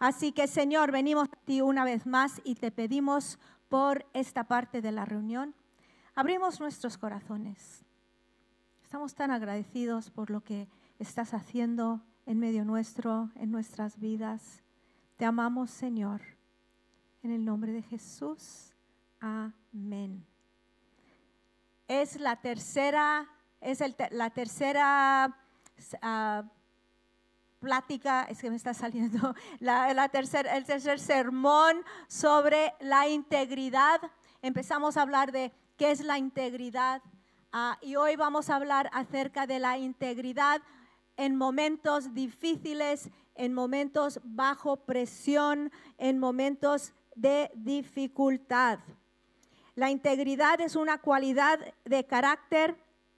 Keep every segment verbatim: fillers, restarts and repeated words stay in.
Así que, Señor, venimos a ti una vez más y te pedimos por esta parte de la reunión. Abrimos nuestros corazones. Estamos tan agradecidos por lo que estás haciendo en medio nuestro, en nuestras vidas. Te amamos, Señor. En el nombre de Jesús. Amén. Es la tercera, es el, la tercera uh, plática, es que me está saliendo, la, la tercer, el tercer sermón sobre la integridad. Empezamos a hablar de qué es la integridad uh, y hoy vamos a hablar acerca de la integridad en momentos difíciles, en momentos bajo presión, en momentos de dificultad. La integridad es una cualidad de carácter.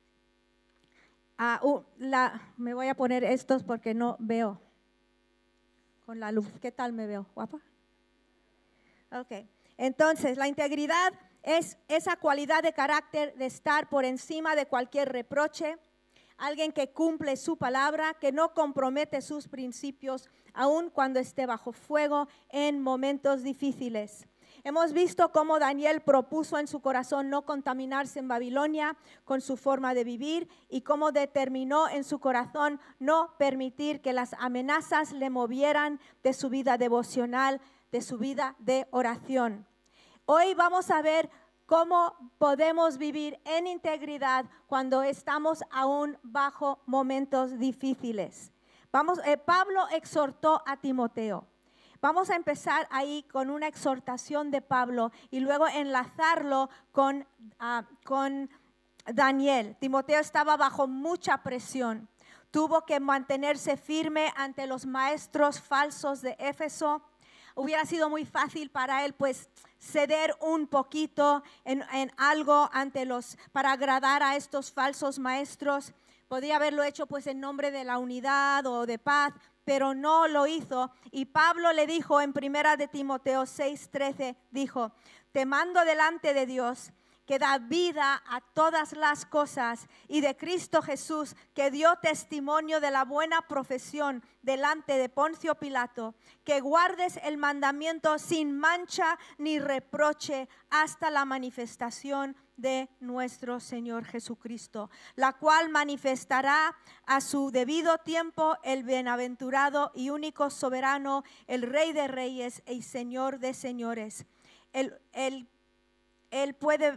Uh, uh, la, me voy a poner estos porque no veo con la luz. ¿Qué tal me veo? ¿Guapa? Ok. Entonces, la integridad es esa cualidad de carácter de estar por encima de cualquier reproche. Alguien que cumple su palabra, que no compromete sus principios, aun cuando esté bajo fuego en momentos difíciles. Hemos visto cómo Daniel propuso en su corazón no contaminarse en Babilonia con su forma de vivir y cómo determinó en su corazón no permitir que las amenazas le movieran de su vida devocional, de su vida de oración. Hoy vamos a ver cómo podemos vivir en integridad cuando estamos aún bajo momentos difíciles. Vamos, eh, Pablo exhortó a Timoteo. Vamos a empezar ahí con una exhortación de Pablo y luego enlazarlo con, uh, con Daniel. Timoteo estaba bajo mucha presión. Tuvo que mantenerse firme ante los maestros falsos de Éfeso. Hubiera sido muy fácil para él pues ceder un poquito en, en algo ante los, para agradar a estos falsos maestros. Podría haberlo hecho pues en nombre de la unidad o de paz, pero no lo hizo. Y Pablo le dijo en primera de Timoteo seis trece, dijo: te mando delante de Dios, que da vida a todas las cosas, y de Cristo Jesús, que dio testimonio de la buena profesión delante de Poncio Pilato, que guardes el mandamiento sin mancha ni reproche hasta la manifestación de nuestro Señor Jesucristo, la cual manifestará a su debido tiempo el bienaventurado y único soberano, el Rey de reyes y Señor de señores. El, el Él puede,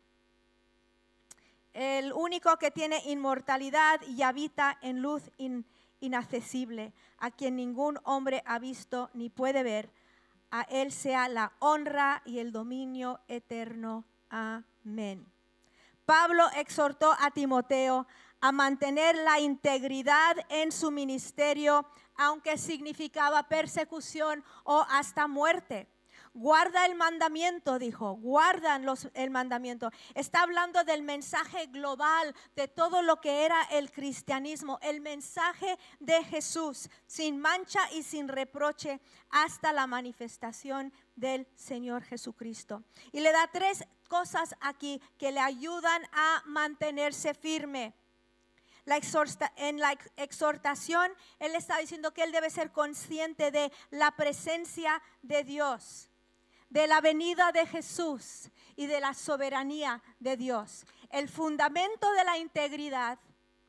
el único que tiene inmortalidad y habita en luz in, inaccesible, a quien ningún hombre ha visto ni puede ver. A Él sea la honra y el dominio eterno. Amén. Pablo exhortó a Timoteo a mantener la integridad en su ministerio, aunque significaba persecución o hasta muerte. Guarda el mandamiento, dijo, guardan los, el mandamiento. Está hablando del mensaje global, de todo lo que era el cristianismo, el mensaje de Jesús, sin mancha y sin reproche, hasta la manifestación del Señor Jesucristo. Y le da tres cosas aquí que le ayudan a mantenerse firme. La exhorta, en la exhortación, él está diciendo que él debe ser consciente de la presencia de Dios, de la venida de Jesús y de la soberanía de Dios. El fundamento de la integridad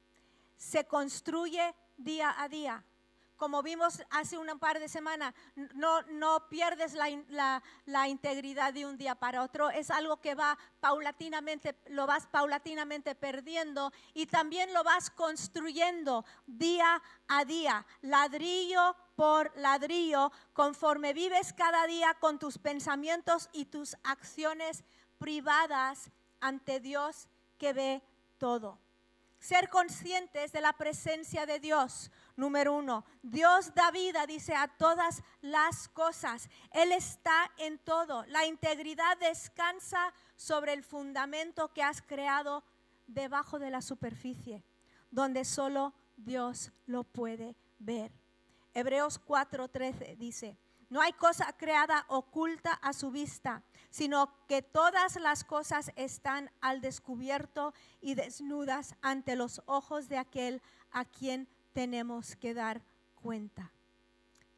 se construye día a día. Como vimos hace un par de semanas, no, no pierdes la, la, la integridad de un día para otro. Es algo que va paulatinamente, lo vas paulatinamente perdiendo y también lo vas construyendo día a día, ladrillo por ladrillo, conforme vives cada día con tus pensamientos y tus acciones privadas ante Dios que ve todo. Ser conscientes de la presencia de Dios. Número uno, Dios da vida, dice, a todas las cosas. Él está en todo. La integridad descansa sobre el fundamento que has creado debajo de la superficie, donde solo Dios lo puede ver. Hebreos cuatro trece dice: no hay cosa creada oculta a su vista, sino que todas las cosas están al descubierto y desnudas ante los ojos de aquel a quien tenemos que dar cuenta.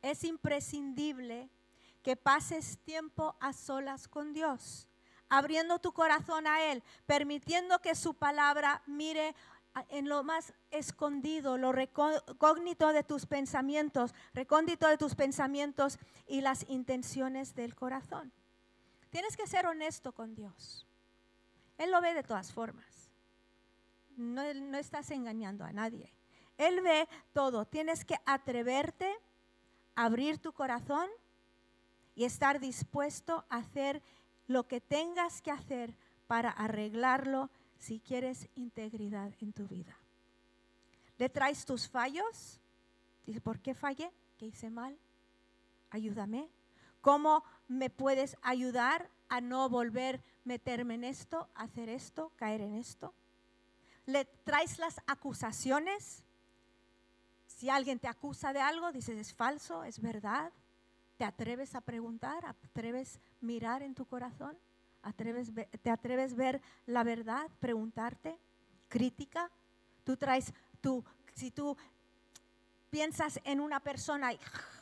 es imprescindible que pases tiempo a solas con Dios, abriendo tu corazón a Él, permitiendo que su palabra mire en lo más escondido, lo recógnito de tus pensamientos, recóndito de tus pensamientos y las intenciones del corazón. Tienes que ser honesto con Dios. Él lo ve de todas formas. No, no estás engañando a nadie. Él ve todo. Tienes que atreverte a abrir tu corazón y estar dispuesto a hacer lo que tengas que hacer para arreglarlo si quieres integridad en tu vida. Le traes tus fallos. Dice, ¿por qué fallé? ¿Qué hice mal? Ayúdame. ¿Cómo me puedes ayudar a no volver a meterme en esto, hacer esto, caer en esto? Le traes las acusaciones. Si alguien te acusa de algo, dices, es falso, es verdad. ¿Te atreves a preguntar? ¿Atreves a mirar en tu corazón? ¿Atreves, ¿Te atreves a ver la verdad? Preguntarte. Crítica. Tú traes, tú, si tú piensas en una persona y,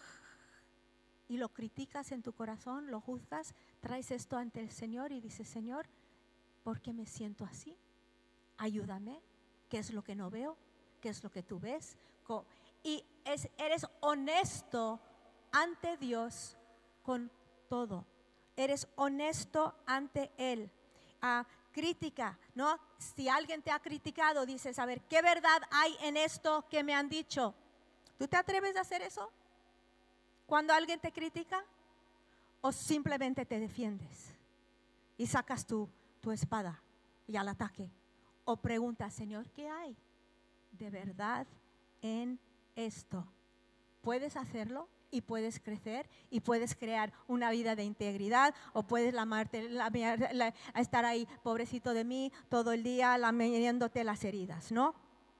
y lo criticas en tu corazón, lo juzgas, traes esto ante el Señor y dices, Señor, ¿por qué me siento así? Ayúdame. ¿Qué es lo que no veo? ¿Qué es lo que tú ves? Y es, eres honesto ante Dios con todo. Eres honesto ante Él. Uh, crítica, ¿no? Si alguien te ha criticado, dices, a ver, ¿qué verdad hay en esto que me han dicho? ¿Tú te atreves a hacer eso cuando alguien te critica? ¿O simplemente te defiendes y sacas tu, tu espada y al ataque? ¿O preguntas, Señor, ¿qué hay de verdad en esto? ¿Puedes hacerlo? Y puedes crecer y puedes crear una vida de integridad, o puedes lamarte, la, la, estar ahí, pobrecito de mí, todo el día lamiéndote las heridas, ¿no?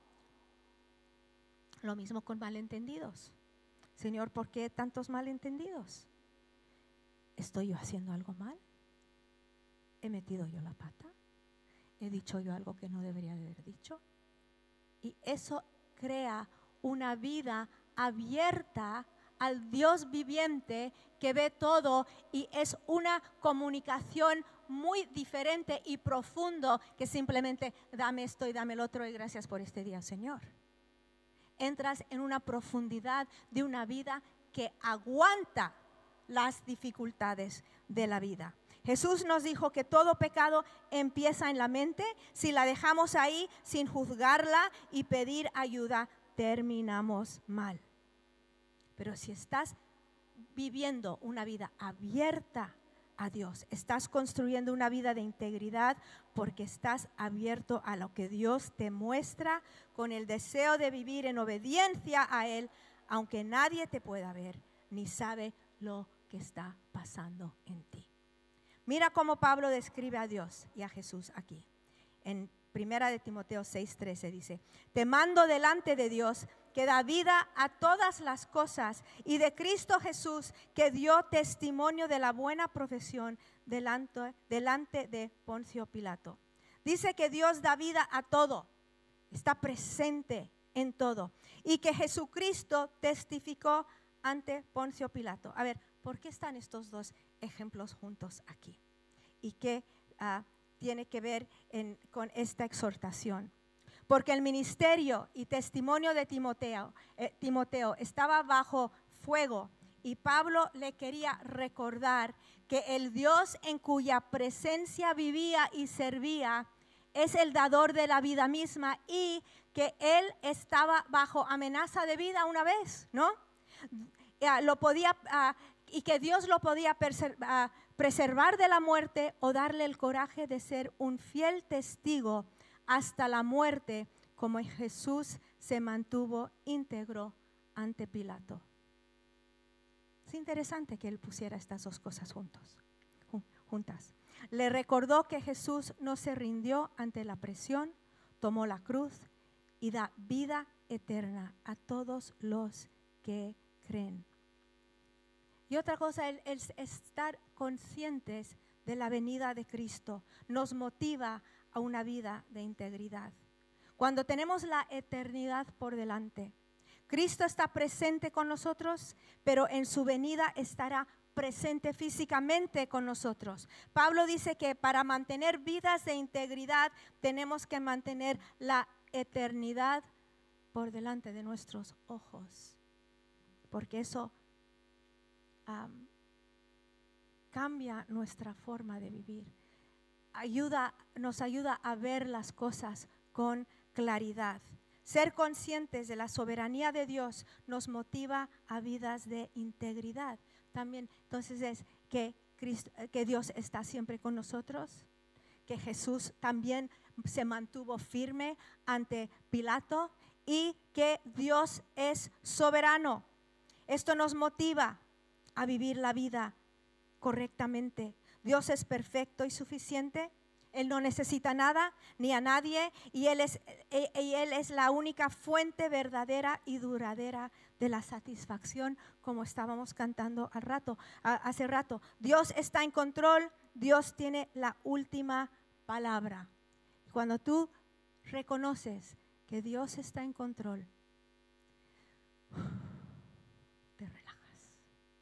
Lo mismo con malentendidos. Señor, ¿por qué tantos malentendidos? ¿Estoy yo haciendo algo mal? ¿He metido yo la pata? ¿He dicho yo algo que no debería de haber dicho? Y eso crea una vida abierta al Dios viviente que ve todo, y es una comunicación muy diferente y profundo que simplemente dame esto y dame el otro y gracias por este día, Señor. Entras en una profundidad de una vida que aguanta las dificultades de la vida. Jesús nos dijo que todo pecado empieza en la mente. Si la dejamos ahí sin juzgarla y pedir ayuda, terminamos mal. Pero si estás viviendo una vida abierta a Dios, estás construyendo una vida de integridad porque estás abierto a lo que Dios te muestra, con el deseo de vivir en obediencia a Él, aunque nadie te pueda ver ni sabe lo que está pasando en ti. Mira cómo Pablo describe a Dios y a Jesús aquí. En Primera de Timoteo seis trece dice, te mando delante de Dios, que da vida a todas las cosas, y de Cristo Jesús, que dio testimonio de la buena profesión delante, delante de Poncio Pilato. Dice que Dios da vida a todo, está presente en todo, y que Jesucristo testificó ante Poncio Pilato. A ver, ¿por qué están estos dos ejemplos juntos aquí? ¿Y qué uh, tiene que ver en, con esta exhortación? Porque el ministerio y testimonio de Timoteo, eh, Timoteo estaba bajo fuego, y Pablo le quería recordar que el Dios en cuya presencia vivía y servía es el dador de la vida misma, y que él estaba bajo amenaza de vida una vez, ¿no? Uh, lo podía, uh, y que Dios lo podía preservar, uh, preservar de la muerte, o darle el coraje de ser un fiel testigo hasta la muerte, como Jesús se mantuvo íntegro ante Pilato. Es interesante que él pusiera estas dos cosas juntos, juntas. Le recordó que Jesús no se rindió ante la presión, tomó la cruz y da vida eterna a todos los que creen. Y otra cosa, el, el estar conscientes de la venida de Cristo nos motiva a una vida de integridad. Cuando tenemos la eternidad por delante, Cristo está presente con nosotros, pero en su venida estará presente físicamente con nosotros. Pablo dice que para mantener vidas de integridad tenemos que mantener la eternidad por delante de nuestros ojos, porque eso um, cambia nuestra forma de vivir. Ayuda, nos ayuda a ver las cosas con claridad. Ser conscientes de la soberanía de Dios nos motiva a vidas de integridad. También, entonces, es que, Cristo, que Dios está siempre con nosotros, que Jesús también se mantuvo firme ante Pilato y que Dios es soberano. Esto nos motiva a vivir la vida correctamente. Dios es perfecto y suficiente. Él no necesita nada ni a nadie y él es, y él es la única fuente verdadera y duradera de la satisfacción, como estábamos cantando al rato, hace rato. Dios está en control, Dios tiene la última palabra. Cuando tú reconoces que Dios está en control, te relajas.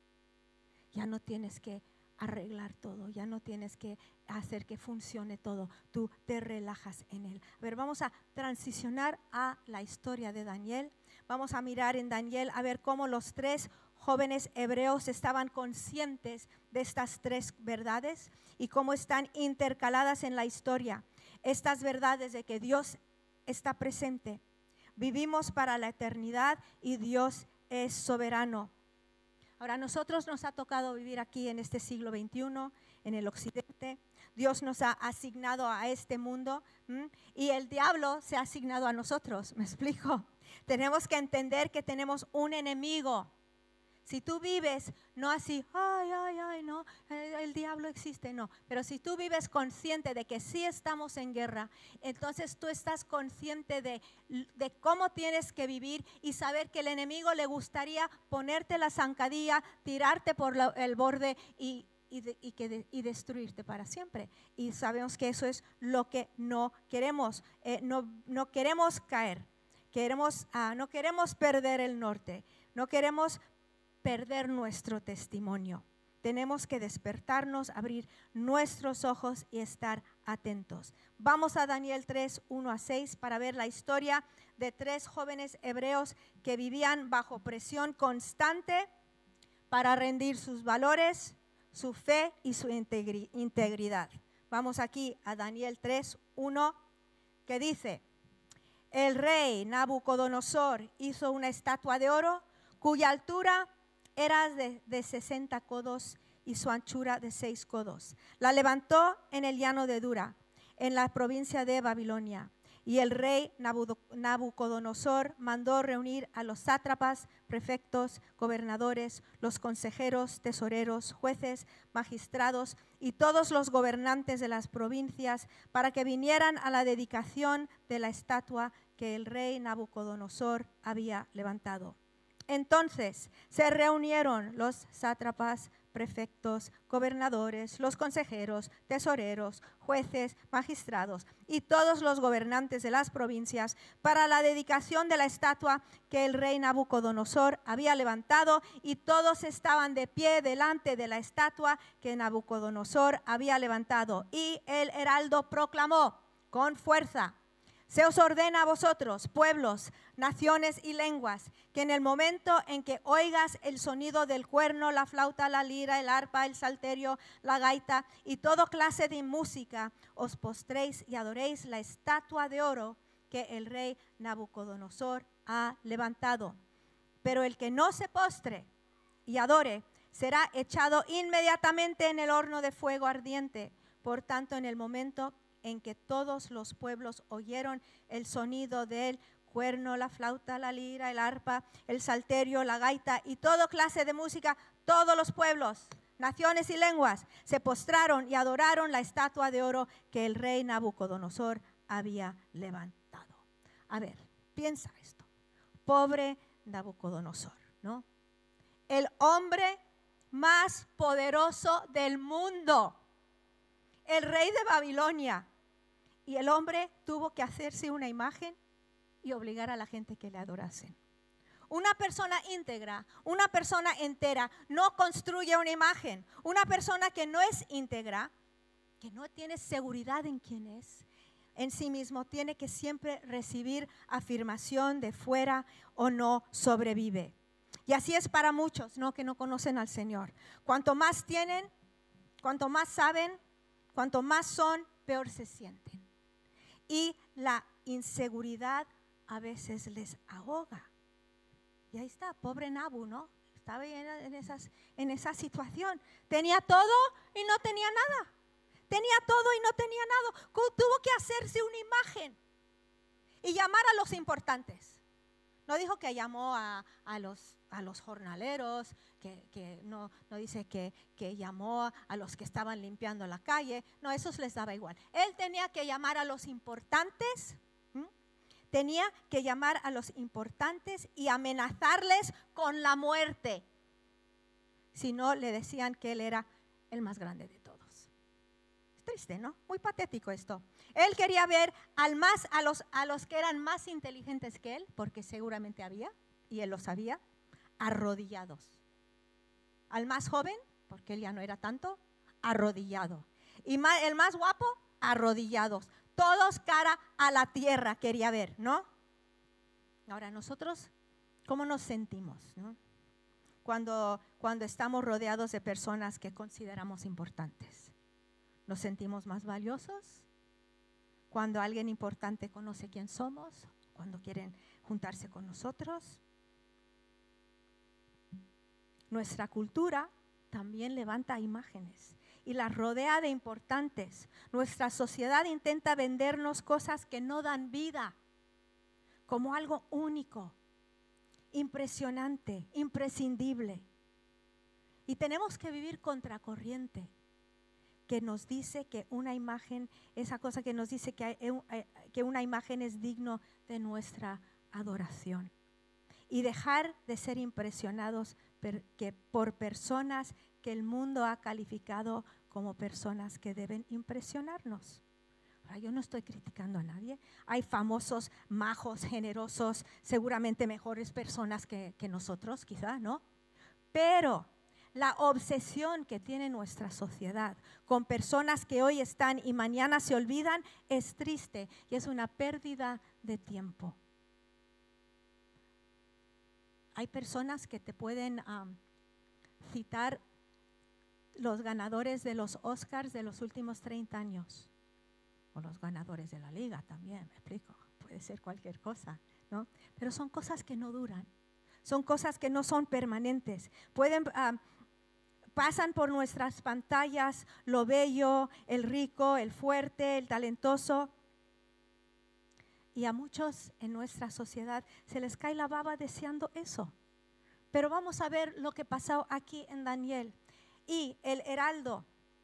Ya no tienes que arreglar todo, ya no tienes que hacer que funcione todo, tú te relajas en Él. A ver, vamos a transicionar a la historia de Daniel. Vamos a mirar en Daniel a ver cómo los tres jóvenes hebreos estaban conscientes de estas tres verdades y cómo están intercaladas en la historia. Estas verdades de que Dios está presente, vivimos para la eternidad y Dios es soberano. Ahora, a nosotros nos ha tocado vivir aquí en este siglo veintiuno, en el occidente. Dios nos ha asignado a este mundo, ¿m? Y el diablo se ha asignado a nosotros, ¿me explico? Tenemos que entender que tenemos un enemigo. Si tú vives no así, ay, ay, ay, no, el, el diablo existe, no. Pero si tú vives consciente de que sí estamos en guerra, entonces tú estás consciente de, de cómo tienes que vivir y saber que el enemigo le gustaría ponerte la zancadilla, tirarte por la, el borde y, y, de, y, que de, y destruirte para siempre. Y sabemos que eso es lo que no queremos, eh, no, no queremos caer, queremos, ah, no queremos perder el norte, no queremos perder nuestro testimonio. Tenemos que despertarnos, abrir nuestros ojos y estar atentos. Vamos a Daniel tres, uno a seis para ver la historia de tres jóvenes hebreos que vivían bajo presión constante para rendir sus valores, su fe y su integri- integridad. Vamos aquí a Daniel tres, uno, que dice: el rey Nabucodonosor hizo una estatua de oro cuya altura era de, de sesenta codos y su anchura de seis codos. La levantó en el llano de Dura, en la provincia de Babilonia. Y el rey Nabucodonosor mandó reunir a los sátrapas, prefectos, gobernadores, los consejeros, tesoreros, jueces, magistrados y todos los gobernantes de las provincias para que vinieran a la dedicación de la estatua que el rey Nabucodonosor había levantado. Entonces se reunieron los sátrapas, prefectos, gobernadores, los consejeros, tesoreros, jueces, magistrados y todos los gobernantes de las provincias para la dedicación de la estatua que el rey Nabucodonosor había levantado, y todos estaban de pie delante de la estatua que Nabucodonosor había levantado. Y el heraldo proclamó con fuerza: se os ordena a vosotros, pueblos, naciones y lenguas, que en el momento en que oigas el sonido del cuerno, la flauta, la lira, el arpa, el salterio, la gaita y toda clase de música, os postréis y adoréis la estatua de oro que el rey Nabucodonosor ha levantado. Pero el que no se postre y adore será echado inmediatamente en el horno de fuego ardiente. Por tanto, en el momento en que todos los pueblos oyeron el sonido del cuerno, la flauta, la lira, el arpa, el salterio, la gaita y toda clase de música, todos los pueblos, naciones y lenguas se postraron y adoraron la estatua de oro que el rey Nabucodonosor había levantado. A ver, piensa esto. Pobre Nabucodonosor, ¿no? El hombre más poderoso del mundo, el rey de Babilonia, y el hombre tuvo que hacerse una imagen y obligar a la gente que le adorasen. Una persona íntegra, una persona entera, no construye una imagen. Una persona que no es íntegra, que no tiene seguridad en quién es, en sí mismo, tiene que siempre recibir afirmación de fuera o no sobrevive. Y así es para muchos, ¿no?, que no conocen al Señor. Cuanto más tienen, cuanto más saben, cuanto más son, peor se sienten. Y la inseguridad a veces les ahoga. Y ahí está, pobre Nabu, ¿no? Estaba en, esas, en esa situación. Tenía todo y no tenía nada. Tenía todo y no tenía nada. Tuvo que hacerse una imagen y llamar a los importantes. No dijo que llamó a, a, los, a los jornaleros, que, que no, no dice que, que llamó a los que estaban limpiando la calle. No, eso les daba igual. Él tenía que llamar a los importantes. ¿Mm? Tenía que llamar a los importantes y amenazarles con la muerte. Si no, le decían que él era el más grande de todos. Es triste, ¿no? Muy patético esto. Él quería ver al más, a, los, a los que eran más inteligentes que él, porque seguramente había, y él lo sabía, arrodillados. Al más joven, porque él ya no era tanto, arrodillado. Y más, el más guapo, arrodillados. Todos cara a la tierra quería ver, ¿no? Ahora nosotros, ¿cómo nos sentimos, ¿no? Cuando, cuando estamos rodeados de personas que consideramos importantes. ¿Nos sentimos más valiosos? Cuando alguien importante conoce quién somos, cuando quieren juntarse con nosotros. Nuestra cultura también levanta imágenes y las rodea de importantes. Nuestra sociedad intenta vendernos cosas que no dan vida, como algo único, impresionante, imprescindible. Y tenemos que vivir contracorriente, que nos dice que una imagen, esa cosa que nos dice que, hay, que una imagen es digno de nuestra adoración. Y dejar de ser impresionados per, que por personas que el mundo ha calificado como personas que deben impresionarnos. Ahora, yo no estoy criticando a nadie. Hay famosos, majos, generosos, seguramente mejores personas que, que nosotros, quizá, ¿no? Pero la obsesión que tiene nuestra sociedad con personas que hoy están y mañana se olvidan es triste y es una pérdida de tiempo. Hay personas que te pueden um, citar los ganadores de los Oscars de los últimos treinta años. O los ganadores de la liga también, me explico. Puede ser cualquier cosa, ¿no? Pero son cosas que no duran. Son cosas que no son permanentes. Pueden, uh, pasan por nuestras pantallas lo bello, el rico, el fuerte, el talentoso. Y a muchos en nuestra sociedad se les cae la baba deseando eso. Pero vamos a ver lo que pasó aquí en Daniel. Y el heraldo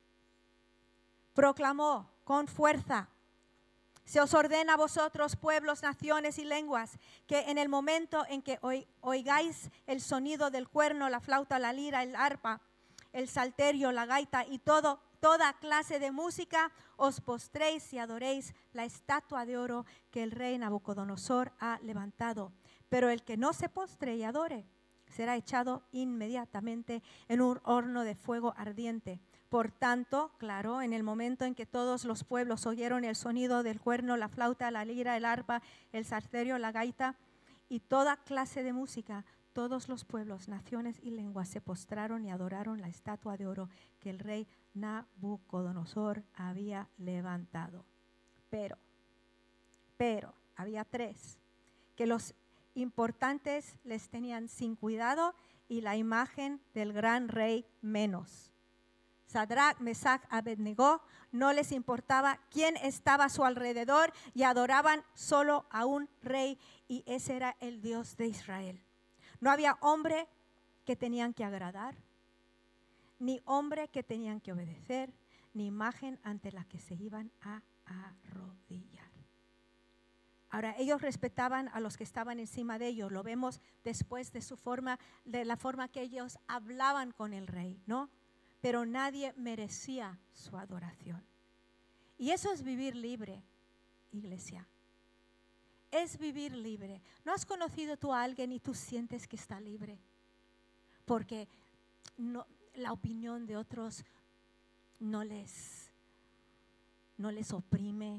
proclamó con fuerza: se os ordena a vosotros, pueblos, naciones y lenguas, que en el momento en que oigáis el sonido del cuerno, la flauta, la lira, el arpa, el salterio, la gaita y todo, toda clase de música, os postréis y adoréis la estatua de oro que el rey Nabucodonosor ha levantado. Pero el que no se postre y adore será echado inmediatamente en un horno de fuego ardiente. Por tanto, claro, en el momento en que todos los pueblos oyeron el sonido del cuerno, la flauta, la lira, el arpa, el salterio, la gaita y toda clase de música, todos los pueblos, naciones y lenguas se postraron y adoraron la estatua de oro que el rey Nabucodonosor había levantado. Pero, pero, había tres, que los importantes les tenían sin cuidado y la imagen del gran rey menos. Sadrach, Mesach, Abednego no les importaba quién estaba a su alrededor y adoraban solo a un rey, y ese era el Dios de Israel. No había hombre que tenían que agradar, ni hombre que tenían que obedecer, ni imagen ante la que se iban a arrodillar. Ahora, ellos respetaban a los que estaban encima de ellos. Lo vemos después de su forma, de la forma que ellos hablaban con el rey, ¿no? Pero nadie merecía su adoración. Y eso es vivir libre, iglesia. es vivir libre. ¿No has conocido tú a alguien y tú sientes que está libre? Porque no, la opinión de otros no les, no les oprime.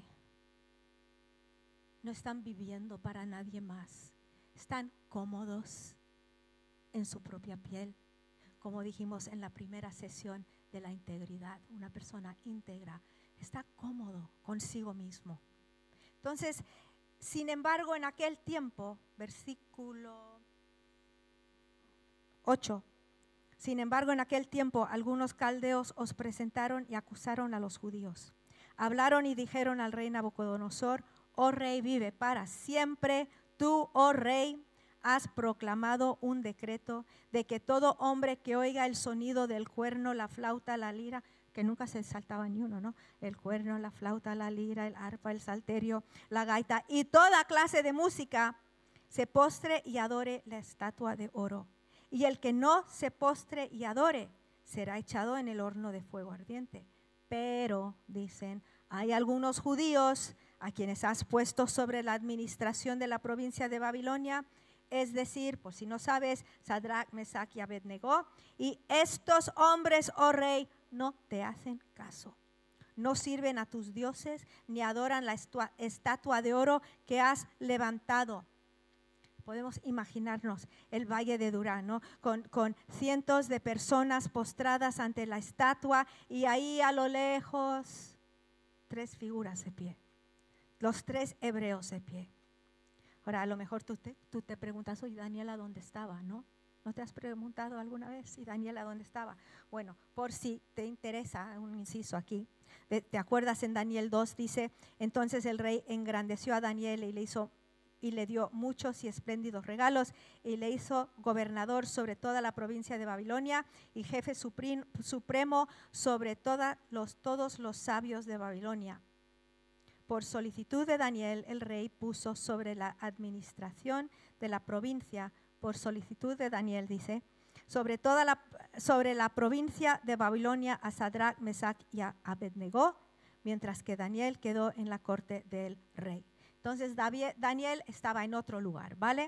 No están viviendo para nadie más. Están cómodos en su propia piel. Como dijimos en la primera sesión de la integridad, una persona íntegra está cómodo consigo mismo. Entonces, sin embargo, en aquel tiempo, versículo ocho, sin embargo, en aquel tiempo algunos caldeos os presentaron y acusaron a los judíos. Hablaron y dijeron al rey Nabucodonosor: oh rey, vive para siempre. Tú, oh rey, has proclamado un decreto de que todo hombre que oiga el sonido del cuerno, la flauta, la lira, que nunca se saltaba ni uno, ¿no? El cuerno, la flauta, la lira, el arpa, el salterio, la gaita y toda clase de música, se postre y adore la estatua de oro. Y el que no se postre y adore será echado en el horno de fuego ardiente. Pero, dicen, hay algunos judíos a quienes has puesto sobre la administración de la provincia de Babilonia, es decir, por si no sabes, Sadrach, Mesach y Abednego, y estos hombres, oh rey, no te hacen caso. No sirven a tus dioses ni adoran la estatua de oro que has levantado. Podemos imaginarnos el valle de Dura, ¿no? Con, con cientos de personas postradas ante la estatua y ahí a lo lejos tres figuras de pie, los tres hebreos de pie. Ahora, a lo mejor tú te, tú te preguntas, oye, Daniela, ¿dónde estaba? ¿No? ¿No te has preguntado alguna vez? ¿Y Daniela dónde estaba? Bueno, por si te interesa, un inciso aquí. ¿Te acuerdas en Daniel dos? Dice, entonces el rey engrandeció a Daniel y le hizo y le dio muchos y espléndidos regalos y le hizo gobernador sobre toda la provincia de Babilonia y jefe supremo sobre toda los, todos los sabios de Babilonia. Por solicitud de Daniel, el rey puso sobre la administración de la provincia, por solicitud de Daniel, dice, sobre toda la, sobre la provincia de Babilonia a Sadrach, Mesach y a Abednego, mientras que Daniel quedó en la corte del rey. Entonces Daniel estaba en otro lugar, ¿vale?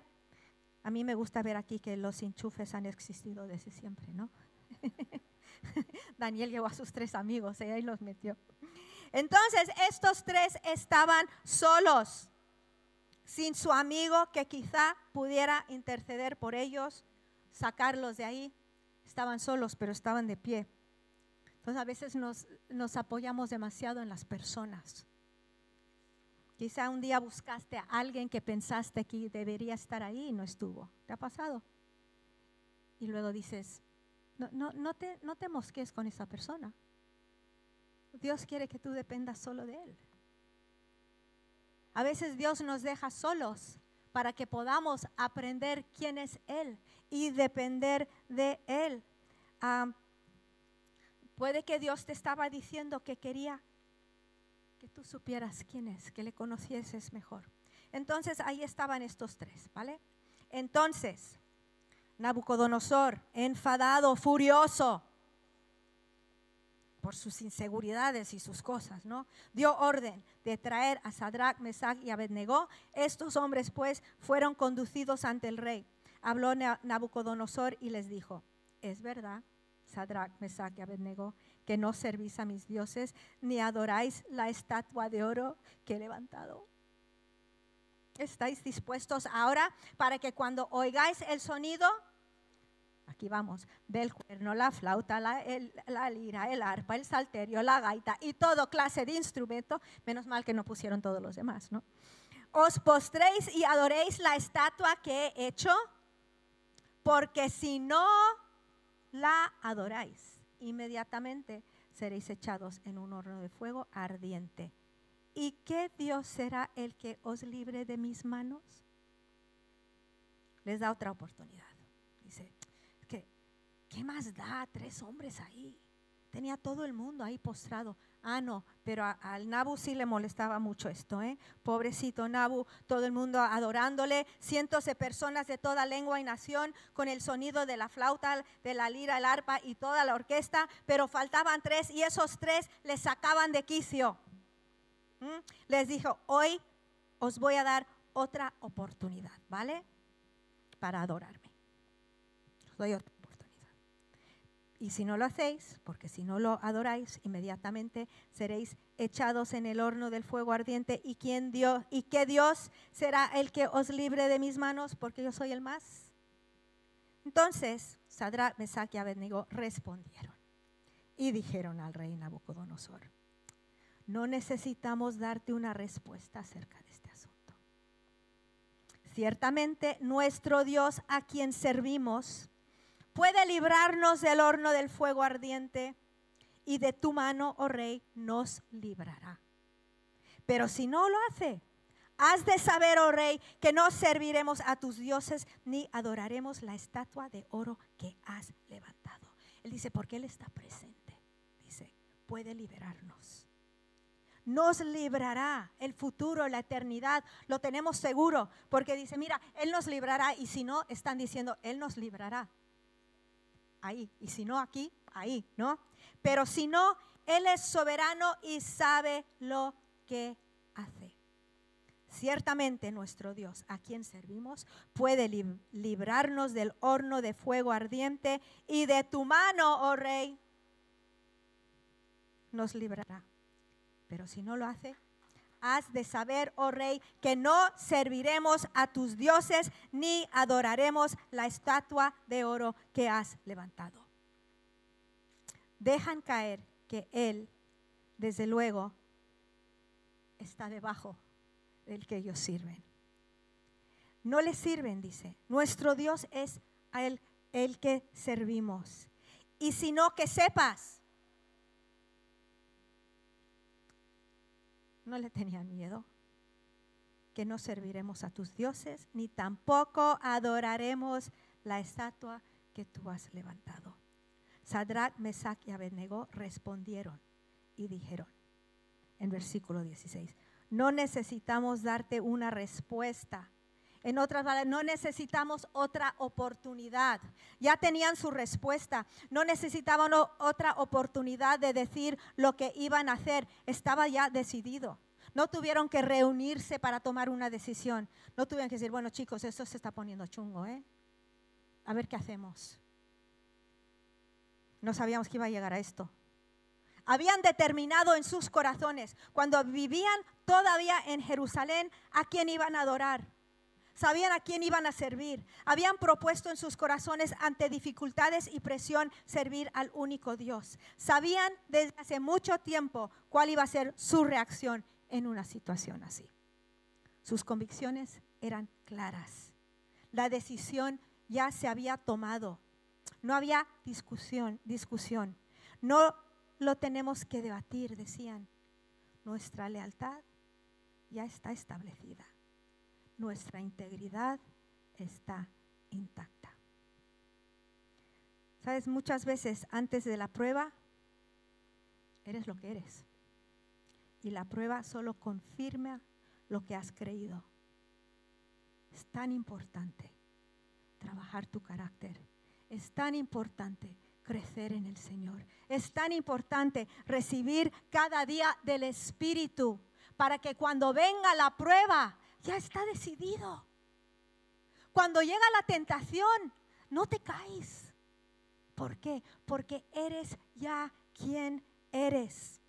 A mí me gusta ver aquí que los enchufes han existido desde siempre, ¿no? Daniel llevó a sus tres amigos y ahí los metió. Entonces estos tres estaban solos, sin su amigo que quizá pudiera interceder por ellos, sacarlos de ahí. Estaban solos, pero estaban de pie. Entonces a veces nos, nos apoyamos demasiado en las personas. Quizá un día buscaste a alguien que pensaste que debería estar ahí y no estuvo. ¿Te ha pasado? Y luego dices, no, no, no, te, no te mosques con esa persona. Dios quiere que tú dependas solo de Él. A veces Dios nos deja solos para que podamos aprender quién es Él y depender de Él. Um, puede que Dios te estaba diciendo que quería que tú supieras quién es, que le conocieses mejor. Entonces ahí estaban estos tres, ¿vale? Entonces, Nabucodonosor, enfadado, furioso por sus inseguridades y sus cosas, ¿no? Dio orden de traer a Sadrach, Mesach y Abednego. Estos hombres pues fueron conducidos ante el rey. Habló Nabucodonosor y les dijo, ¿es verdad, Sadrach, Mesach y Abednego, que no servís a mis dioses ni adoráis la estatua de oro que he levantado? ¿Estáis dispuestos ahora para que cuando oigáis el sonido, aquí vamos, del cuerno, la flauta, la, el, la lira, el arpa, el salterio, la gaita y toda clase de instrumento, menos mal que no pusieron todos los demás, ¿no? Os postréis y adoréis la estatua que he hecho, porque si no la adoráis, inmediatamente seréis echados en un horno de fuego ardiente. ¿Y qué Dios será el que os libre de mis manos? Les da otra oportunidad. Dice, ¿qué, qué más da tres hombres ahí? Tenía todo el mundo ahí postrado. Ah, no, pero a, al Nabu sí le molestaba mucho esto, ¿eh? Pobrecito Nabu, todo el mundo adorándole, cientos de personas de toda lengua y nación con el sonido de la flauta, de la lira, el arpa y toda la orquesta, pero faltaban tres y esos tres les sacaban de quicio. ¿Mm? Les dijo, hoy os voy a dar otra oportunidad, ¿vale? Para adorarme. Os doy otra oportunidad. Y si no lo hacéis, porque si no lo adoráis, inmediatamente seréis echados en el horno del fuego ardiente. ¿Y quién Dios, y qué Dios será el que os libre de mis manos? Porque yo soy el más. Entonces, Sadrach, Mesach y Abednego respondieron y dijeron al rey Nabucodonosor: no necesitamos darte una respuesta acerca de este asunto. Ciertamente nuestro Dios, a quien servimos, puede librarnos del horno del fuego ardiente, y de tu mano, oh rey, nos librará. Pero si no lo hace, has de saber, oh rey, que no serviremos a tus dioses ni adoraremos la estatua de oro que has levantado. Él dice, porque Él está presente. Dice, puede liberarnos. Nos librará. El futuro, la eternidad, lo tenemos seguro. Porque dice, mira, Él nos librará. Y si no, están diciendo, Él nos librará. Ahí. Y si no, aquí, ahí, ¿no? Pero si no, Él es soberano y sabe lo que hace. Ciertamente nuestro Dios, a quien servimos, puede lib- librarnos del horno de fuego ardiente, y de tu mano, oh rey, nos librará. Pero si no lo hace, has de saber, oh rey, que no serviremos a tus dioses ni adoraremos la estatua de oro que has levantado. Dejan caer que Él, desde luego, está debajo del que ellos sirven. No le sirven, dice. Nuestro Dios es a Él el que servimos. Y si no, que sepas. No le tenían miedo. Que no serviremos a tus dioses, ni tampoco adoraremos la estatua que tú has levantado. Sadrach, Mesach y Abednego respondieron y dijeron, en versículo dieciséis, no necesitamos darte una respuesta. En otras palabras, no necesitamos otra oportunidad. Ya tenían su respuesta. No necesitaban otra oportunidad de decir lo que iban a hacer. Estaba ya decidido. No tuvieron que reunirse para tomar una decisión. No tuvieron que decir, bueno chicos, esto se está poniendo chungo, ¿eh? A ver qué hacemos. No sabíamos que iba a llegar a esto. Habían determinado en sus corazones, cuando vivían todavía en Jerusalén, a quién iban a adorar. Sabían a quién iban a servir. Habían propuesto en sus corazones, ante dificultades y presión, servir al único Dios. Sabían desde hace mucho tiempo cuál iba a ser su reacción en una situación así. Sus convicciones eran claras. La decisión ya se había tomado. No había discusión, discusión. No lo tenemos que debatir, decían. Nuestra lealtad ya está establecida. Nuestra integridad está intacta. ¿Sabes? Muchas veces antes de la prueba, eres lo que eres. Y la prueba solo confirma lo que has creído. Es tan importante trabajar tu carácter. Es tan importante crecer en el Señor. Es tan importante recibir cada día del Espíritu para que cuando venga la prueba, ya está decidido. Cuando llega la tentación, no te caes. ¿Por qué? Porque eres ya quien eres.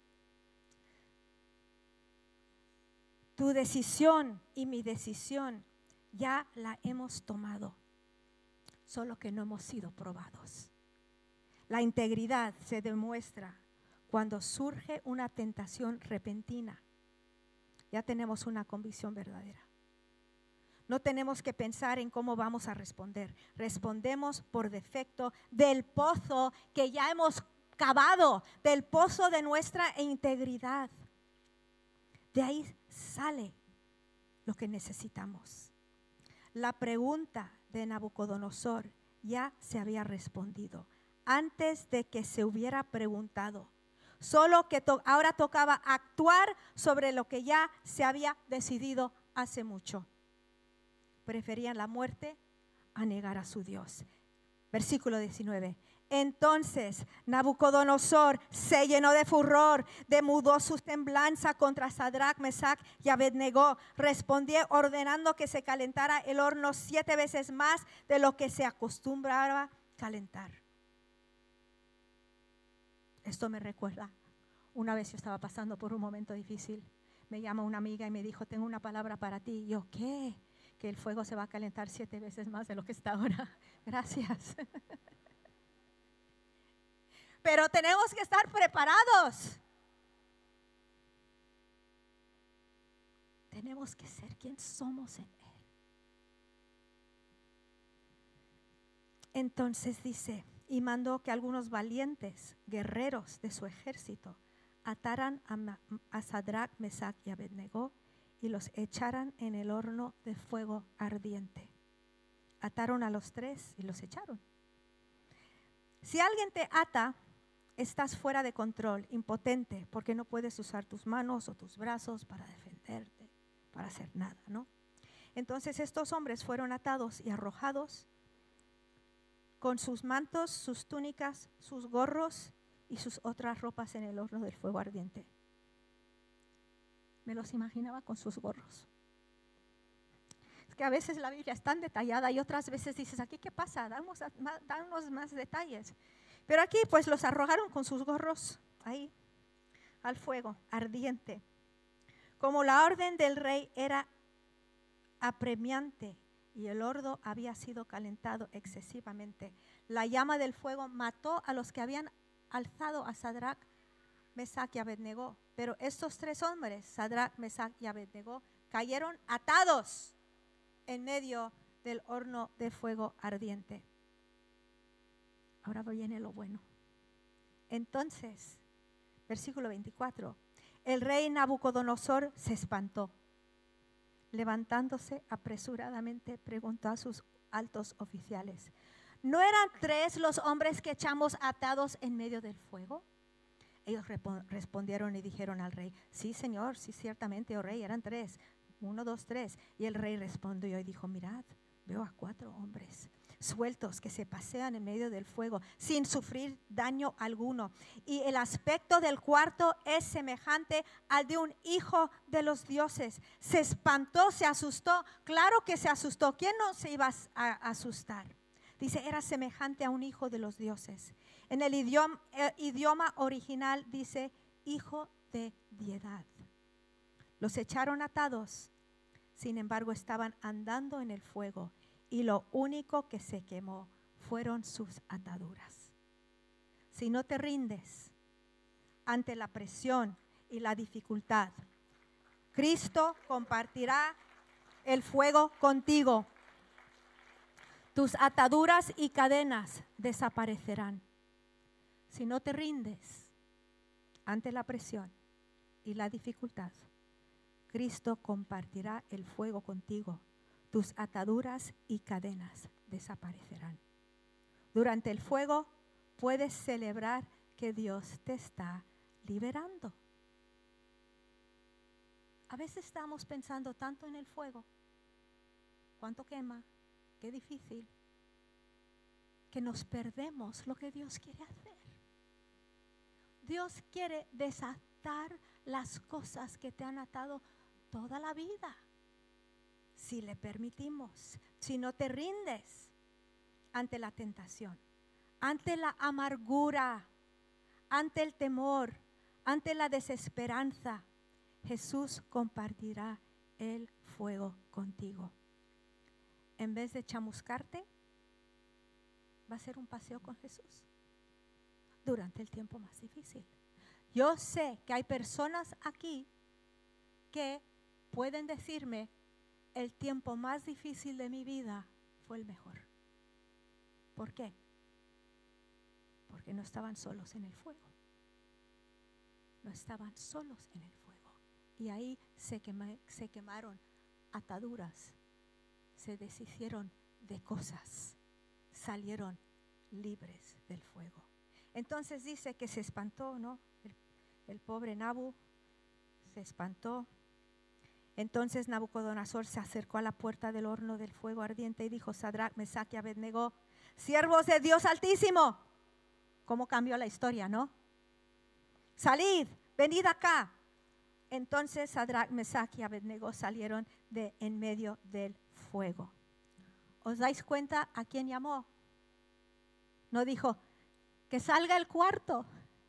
Tu decisión y mi decisión ya la hemos tomado, solo que no hemos sido probados. La integridad se demuestra cuando surge una tentación repentina. Ya tenemos una convicción verdadera. No tenemos que pensar en cómo vamos a responder. Respondemos por defecto del pozo que ya hemos cavado, del pozo de nuestra integridad. De ahí sale lo que necesitamos. La pregunta de Nabucodonosor ya se había respondido antes de que se hubiera preguntado. Solo que to- ahora tocaba actuar sobre lo que ya se había decidido hace mucho. Preferían la muerte a negar a su Dios. Versículo diecinueve. Entonces Nabucodonosor se llenó de furor, demudó su semblanza contra Sadrach, Mesach y Abednego. Respondió ordenando que se calentara el horno siete veces más de lo que se acostumbraba calentar. Esto me recuerda, una vez yo estaba pasando por un momento difícil. Me llama una amiga y me dijo, tengo una palabra para ti. Y yo, ¿qué? Que el fuego se va a calentar siete veces más de lo que está ahora. Gracias. Pero tenemos que estar preparados. Tenemos que ser quien somos en Él. Entonces dice, y mandó que algunos valientes guerreros de su ejército ataran a, a Sadrach, Mesach y Abednego y los echaran en el horno de fuego ardiente. Ataron a los tres y los echaron. Si alguien te ata, estás fuera de control, impotente, porque no puedes usar tus manos o tus brazos para defenderte, para hacer nada, ¿no? Entonces estos hombres fueron atados y arrojados con sus mantos, sus túnicas, sus gorros y sus otras ropas en el horno del fuego ardiente. Me los imaginaba con sus gorros. Es que a veces la Biblia es tan detallada y otras veces dices, ¿aquí qué pasa? Danos, danos más detalles. Pero aquí pues los arrojaron con sus gorros ahí al fuego ardiente. Como la orden del rey era apremiante y el horno había sido calentado excesivamente, la llama del fuego mató a los que habían alzado a Sadrach, Mesach y Abednego. Pero estos tres hombres, Sadrach, Mesach y Abednego, cayeron atados en medio del horno de fuego ardiente. Ahora viene lo bueno. Entonces, versículo veinticuatro, el rey Nabucodonosor se espantó. Levantándose apresuradamente, preguntó a sus altos oficiales, ¿no eran tres los hombres que echamos atados en medio del fuego? Ellos respondieron y dijeron al rey, sí, señor, sí, ciertamente, oh rey, eran tres, uno, dos, tres. Y el rey respondió y dijo, mirad, veo a cuatro hombres sueltos que se pasean en medio del fuego sin sufrir daño alguno. Y el aspecto del cuarto es semejante al de un hijo de los dioses. Se espantó, se asustó. Claro que se asustó. ¿Quién no se iba a asustar? Dice, era semejante a un hijo de los dioses. En el idioma, el idioma original dice, hijo de diedad. Los echaron atados, sin embargo estaban andando en el fuego y lo único que se quemó fueron sus ataduras. Si no te rindes ante la presión y la dificultad, Cristo compartirá el fuego contigo. Tus ataduras y cadenas desaparecerán. Si no te rindes ante la presión y la dificultad, Cristo compartirá el fuego contigo. Tus ataduras y cadenas desaparecerán. Durante el fuego puedes celebrar que Dios te está liberando. A veces estamos pensando tanto en el fuego, cuánto quema, qué difícil, que nos perdemos lo que Dios quiere hacer. Dios quiere desatar las cosas que te han atado toda la vida. Si le permitimos, si no te rindes ante la tentación, ante la amargura, ante el temor, ante la desesperanza, Jesús compartirá el fuego contigo. En vez de chamuscarte, va a ser un paseo con Jesús durante el tiempo más difícil. Yo sé que hay personas aquí que pueden decirme, el tiempo más difícil de mi vida fue el mejor. ¿Por qué? Porque no estaban solos en el fuego. No estaban solos en el fuego. Y ahí se, quema, se quemaron ataduras, se deshicieron de cosas, salieron libres del fuego. Entonces dice que se espantó, ¿no? El, el pobre Nabu se espantó. Entonces Nabucodonosor se acercó a la puerta del horno del fuego ardiente y dijo, Sadrach, Mesach y Abednego, siervos de Dios Altísimo, ¿Cómo cambió la historia, no? Salid, venid acá. Entonces Sadrach, Mesach y Abednego salieron de en medio del fuego. ¿Os dais cuenta a quién llamó? No dijo, que salga el cuarto.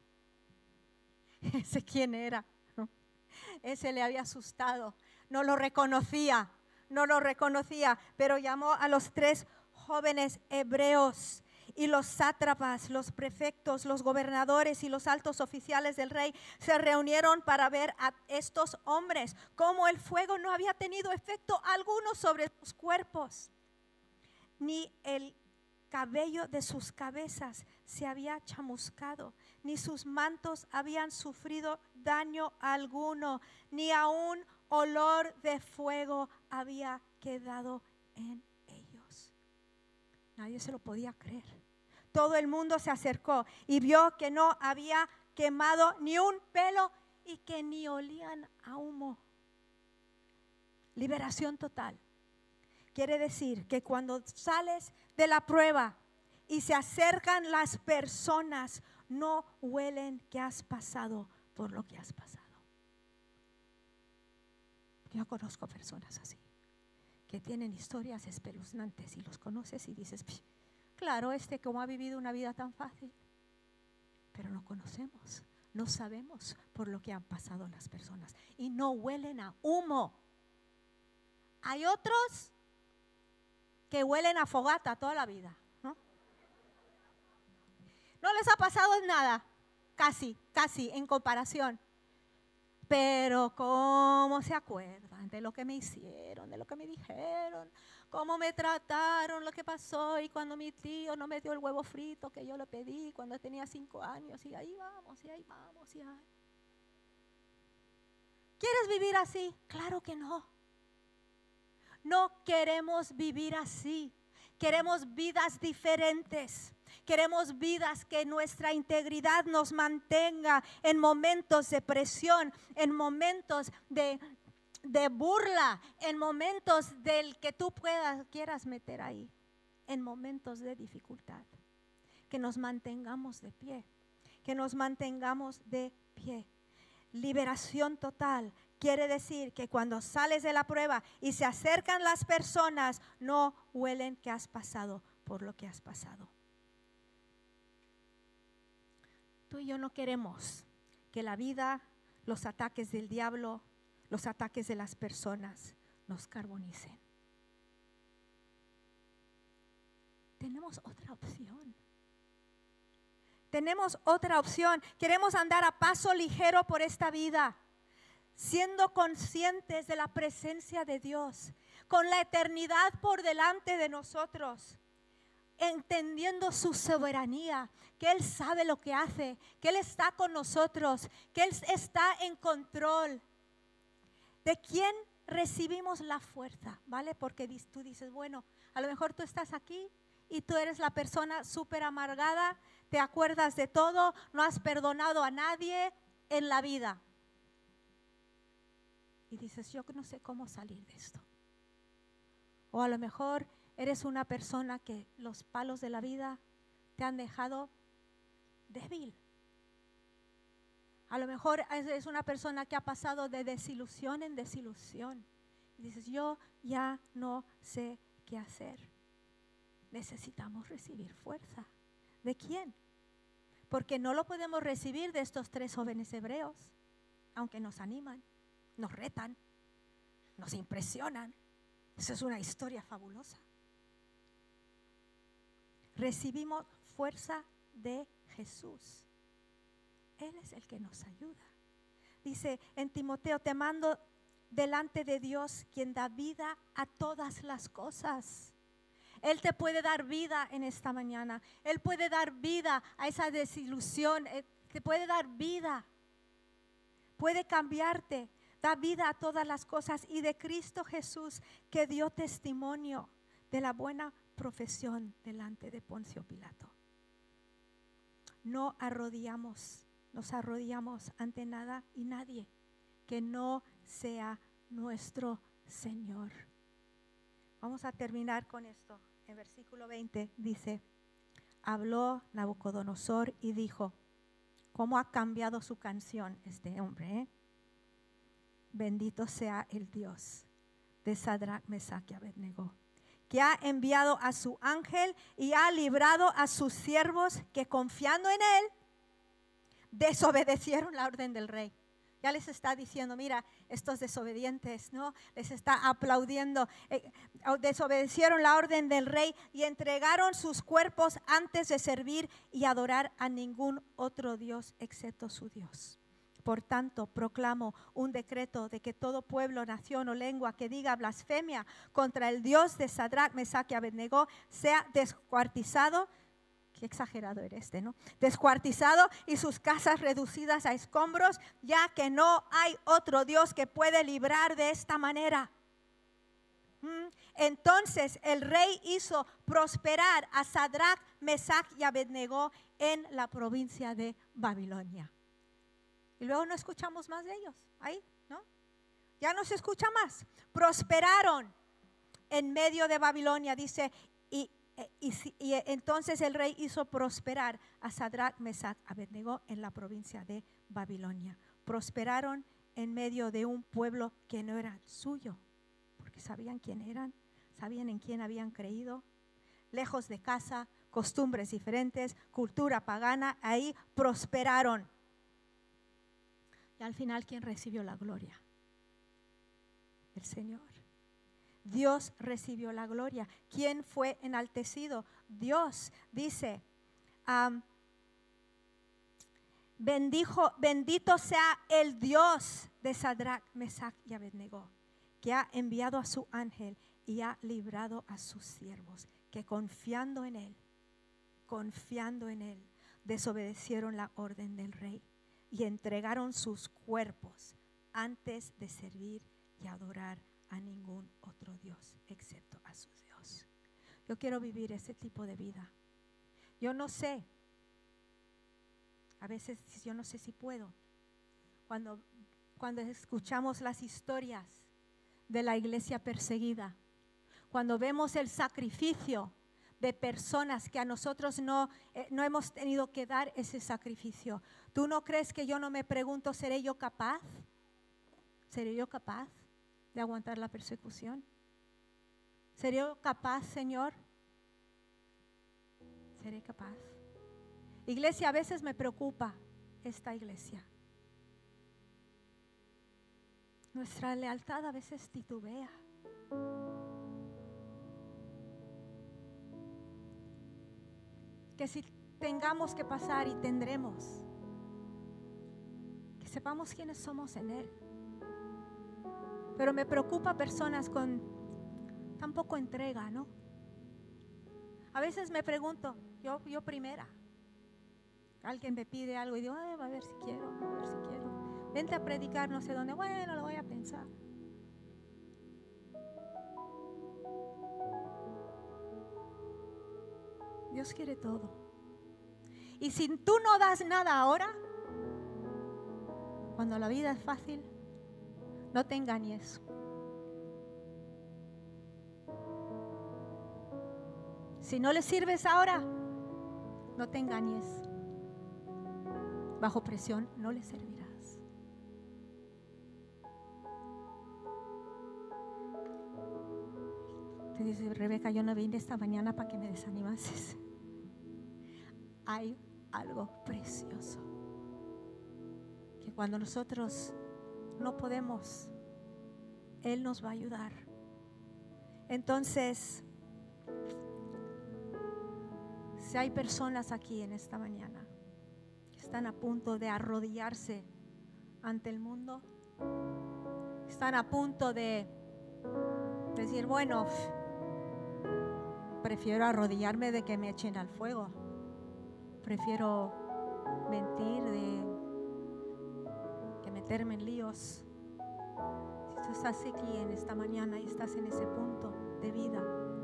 Ese quién era, ¿no? Ese le había asustado, no lo reconocía, no lo reconocía, pero llamó a los tres jóvenes hebreos. Y los sátrapas, los prefectos, los gobernadores y los altos oficiales del rey se reunieron para ver a estos hombres, cómo el fuego no había tenido efecto alguno sobre sus cuerpos, ni el cabello de sus cabezas se había chamuscado, ni sus mantos habían sufrido daño alguno, ni aún olor de fuego había quedado en ellos. Nadie se lo podía creer. Todo el mundo se acercó y vio que no había quemado ni un pelo y que ni olían a humo. Liberación total. Quiere decir que cuando sales de la prueba y se acercan las personas, no huelen que has pasado por lo que has pasado. Yo conozco personas así, que tienen historias espeluznantes y los conoces y dices, claro, este como ha vivido una vida tan fácil, pero no conocemos, no sabemos por lo que han pasado las personas y no huelen a humo. Hay otros que huelen a fogata toda la vida, ¿no? No les ha pasado nada, casi, casi en comparación. Pero cómo se acuerdan de lo que me hicieron, de lo que me dijeron, cómo me trataron, lo que pasó y cuando mi tío no me dio el huevo frito que yo le pedí cuando tenía cinco años y ahí vamos, y ahí vamos, y ahí. ¿Quieres vivir así? Claro que no. No queremos vivir así. Queremos vidas diferentes. Queremos vidas que nuestra integridad nos mantenga en momentos de presión, en momentos de, de burla, en momentos del que tú puedas, quieras meter ahí, en momentos de dificultad. Que nos mantengamos de pie, que nos mantengamos de pie. Liberación total quiere decir que cuando sales de la prueba y se acercan las personas, no huelen que has pasado por lo que has pasado. Tú y yo no queremos que la vida, los ataques del diablo, los ataques de las personas nos carbonicen. Tenemos otra opción. Tenemos otra opción. Queremos andar a paso ligero por esta vida, siendo conscientes de la presencia de Dios, con la eternidad por delante de nosotros, entendiendo su soberanía, que Él sabe lo que hace, que Él está con nosotros, que Él está en control. ¿De quién recibimos la fuerza? ¿Vale? Porque tú dices, bueno, a lo mejor tú estás aquí y tú eres la persona súper amargada, te acuerdas de todo, no has perdonado a nadie en la vida. Y dices, yo no sé cómo salir de esto. O a lo mejor eres una persona que los palos de la vida te han dejado débil. A lo mejor es una persona que ha pasado de desilusión en desilusión. Y dices, yo ya no sé qué hacer. Necesitamos recibir fuerza. ¿De quién? Porque no lo podemos recibir de estos tres jóvenes hebreos, aunque nos animan, nos retan, nos impresionan. Eso es una historia fabulosa. Recibimos fuerza de Jesús. Él es el que nos ayuda. Dice en Timoteo, te mando delante de Dios, quien da vida a todas las cosas. Él te puede dar vida en esta mañana. Él puede dar vida a esa desilusión. Él te puede dar vida. Puede cambiarte. Da vida a todas las cosas. Y de Cristo Jesús, que dio testimonio de la buena profesión delante de Poncio Pilato. No arrodillamos, nos arrodillamos ante nada y nadie que no sea nuestro Señor. Vamos a terminar con esto. En versículo veinte dice, habló Nabucodonosor y dijo, ¿cómo ha cambiado su canción este hombre? ¿eh? Bendito sea el Dios de Sadrach, Mesach y Abednego, que ha enviado a su ángel y ha librado a sus siervos que confiando en él desobedecieron la orden del rey. Ya les está diciendo, mira, estos desobedientes, ¿no? Les está aplaudiendo. Eh, desobedecieron la orden del rey y entregaron sus cuerpos antes de servir y adorar a ningún otro Dios excepto su Dios. Por tanto, proclamo un decreto de que todo pueblo, nación o lengua que diga blasfemia contra el Dios de Sadrach, Mesach y Abednego sea descuartizado. Qué exagerado era este, ¿no? Descuartizado y sus casas reducidas a escombros, ya que no hay otro Dios que puede librar de esta manera. ¿Mm? Entonces el rey hizo prosperar a Sadrach, Mesach y Abednego en la provincia de Babilonia. Y luego no escuchamos más de ellos, ahí, ¿no? Ya no se escucha más. Prosperaron en medio de Babilonia, dice, y Y, y entonces el rey hizo prosperar a Sadrach, Mesach, Abednego en la provincia de Babilonia. Prosperaron en medio de un pueblo que no era suyo, porque sabían quién eran, sabían en quién habían creído, lejos de casa, costumbres diferentes, cultura pagana, ahí prosperaron. Y al final, ¿quién recibió la gloria? El Señor. Dios recibió la gloria. ¿Quién fue enaltecido? Dios. Dice, um, bendijo, bendito sea el Dios de Sadrach, Mesach y Abednego, que ha enviado a su ángel y ha librado a sus siervos, que confiando en él, confiando en él, desobedecieron la orden del rey y entregaron sus cuerpos antes de servir y adorar a ningún otro Dios excepto a su Dios. Yo quiero vivir ese tipo de vida. Yo no sé, a veces yo no sé si puedo. Cuando, cuando escuchamos las historias de la iglesia perseguida, cuando vemos el sacrificio de personas que a nosotros no, eh, no hemos tenido que dar ese sacrificio, ¿tú no crees que yo no me pregunto, ¿seré yo capaz? ¿Seré yo capaz de aguantar la persecución? ¿Seré yo capaz, Señor? ¿Seré capaz? Iglesia, a veces me preocupa esta iglesia. Nuestra lealtad a veces titubea. Que si tengamos que pasar y tendremos, que sepamos quiénes somos en Él. Pero me preocupa personas con tan poco entrega, ¿no? A veces me pregunto, yo, yo primera, alguien me pide algo y digo, ay, a ver si quiero, a ver si quiero. Vente a predicar no sé dónde, bueno, lo voy a pensar. Dios quiere todo. Y si tú no das nada ahora, cuando la vida es fácil, no te engañes. Si no le sirves ahora, no te engañes. Bajo presión no le servirás. Te dice Rebeca, yo no vine esta mañana para que me desanimases. Hay algo precioso que cuando nosotros no podemos, Él nos va a ayudar. Entonces, si hay personas aquí en esta mañana que están a punto de arrodillarse ante el mundo, están a punto de decir, bueno, prefiero arrodillarme de que me echen al fuego, prefiero mentir de que meterme en líos. Si tú estás aquí en esta mañana y estás en ese punto de vida,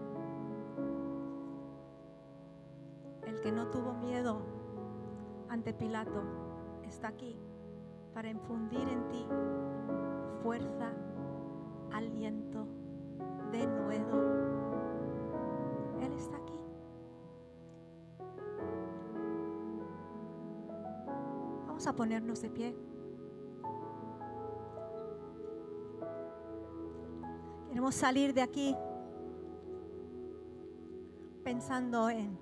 el que no tuvo miedo ante Pilato está aquí para infundir en ti fuerza, aliento, denuedo. Él está aquí. Vamos a ponernos de pie. Queremos salir de aquí pensando en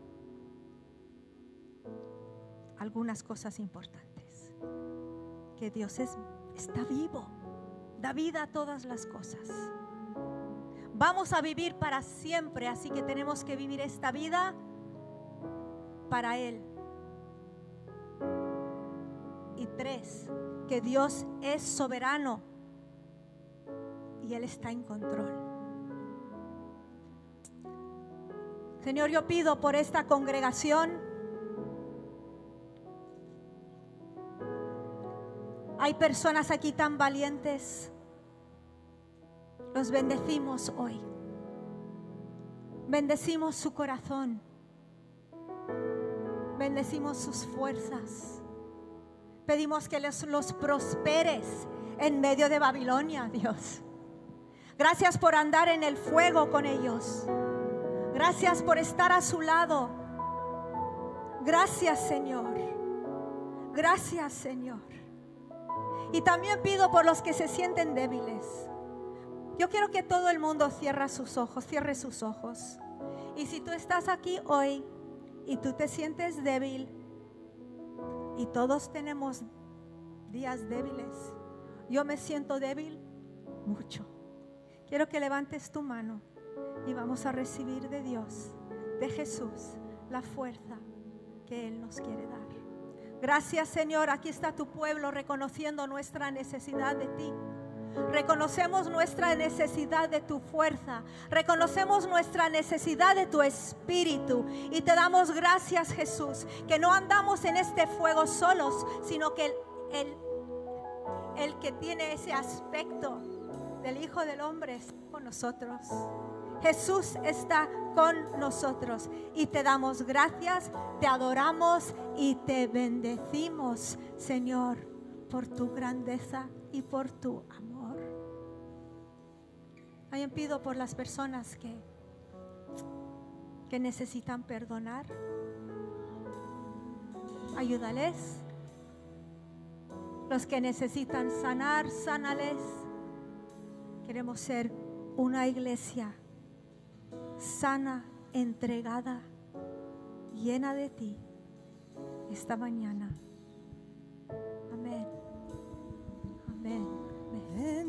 algunas cosas importantes. Que Dios es, está vivo, da vida a todas las cosas. Vamos a vivir para siempre, así que tenemos que vivir esta vida para Él. Y tres, que Dios es soberano y Él está en control. Señor, yo pido por esta congregación. Hay personas aquí tan valientes. Los bendecimos hoy. Bendecimos su corazón. Bendecimos sus fuerzas. Pedimos que los, los prosperes en medio de Babilonia, Dios. Gracias por andar en el fuego con ellos. Gracias por estar a su lado. Gracias, Señor. Gracias, Señor. Y también pido por los que se sienten débiles. Yo quiero que todo el mundo cierre sus ojos, cierre sus ojos. Y si tú estás aquí hoy y tú te sientes débil, y todos tenemos días débiles. Yo me siento débil mucho. Quiero que levantes tu mano y vamos a recibir de Dios, de Jesús, la fuerza que Él nos quiere dar. Gracias, Señor. Aquí está tu pueblo reconociendo nuestra necesidad de ti. Reconocemos nuestra necesidad de tu fuerza. Reconocemos nuestra necesidad de tu espíritu. Y te damos gracias, Jesús, que no andamos en este fuego solos, sino que el, el, el que tiene ese aspecto del Hijo del Hombre está con nosotros. Jesús está con nosotros y te damos gracias, te adoramos y te bendecimos, Señor, por tu grandeza y por tu amor. También pido por las personas que, que necesitan perdonar. Ayúdales. Los que necesitan sanar, sánales. Queremos ser una iglesia sana, entregada, llena de ti esta mañana. Amén. Amén. Amén.